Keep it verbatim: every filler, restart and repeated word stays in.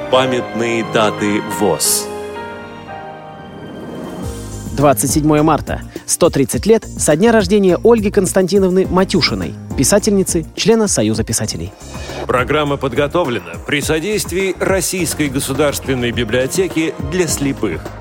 Памятные даты ВОС. двадцать седьмое марта. сто тридцать лет со дня рождения Ольги Константиновны Матюшиной, писательницы, члена Союза писателей. Программа подготовлена при содействии Российской государственной библиотеки для слепых.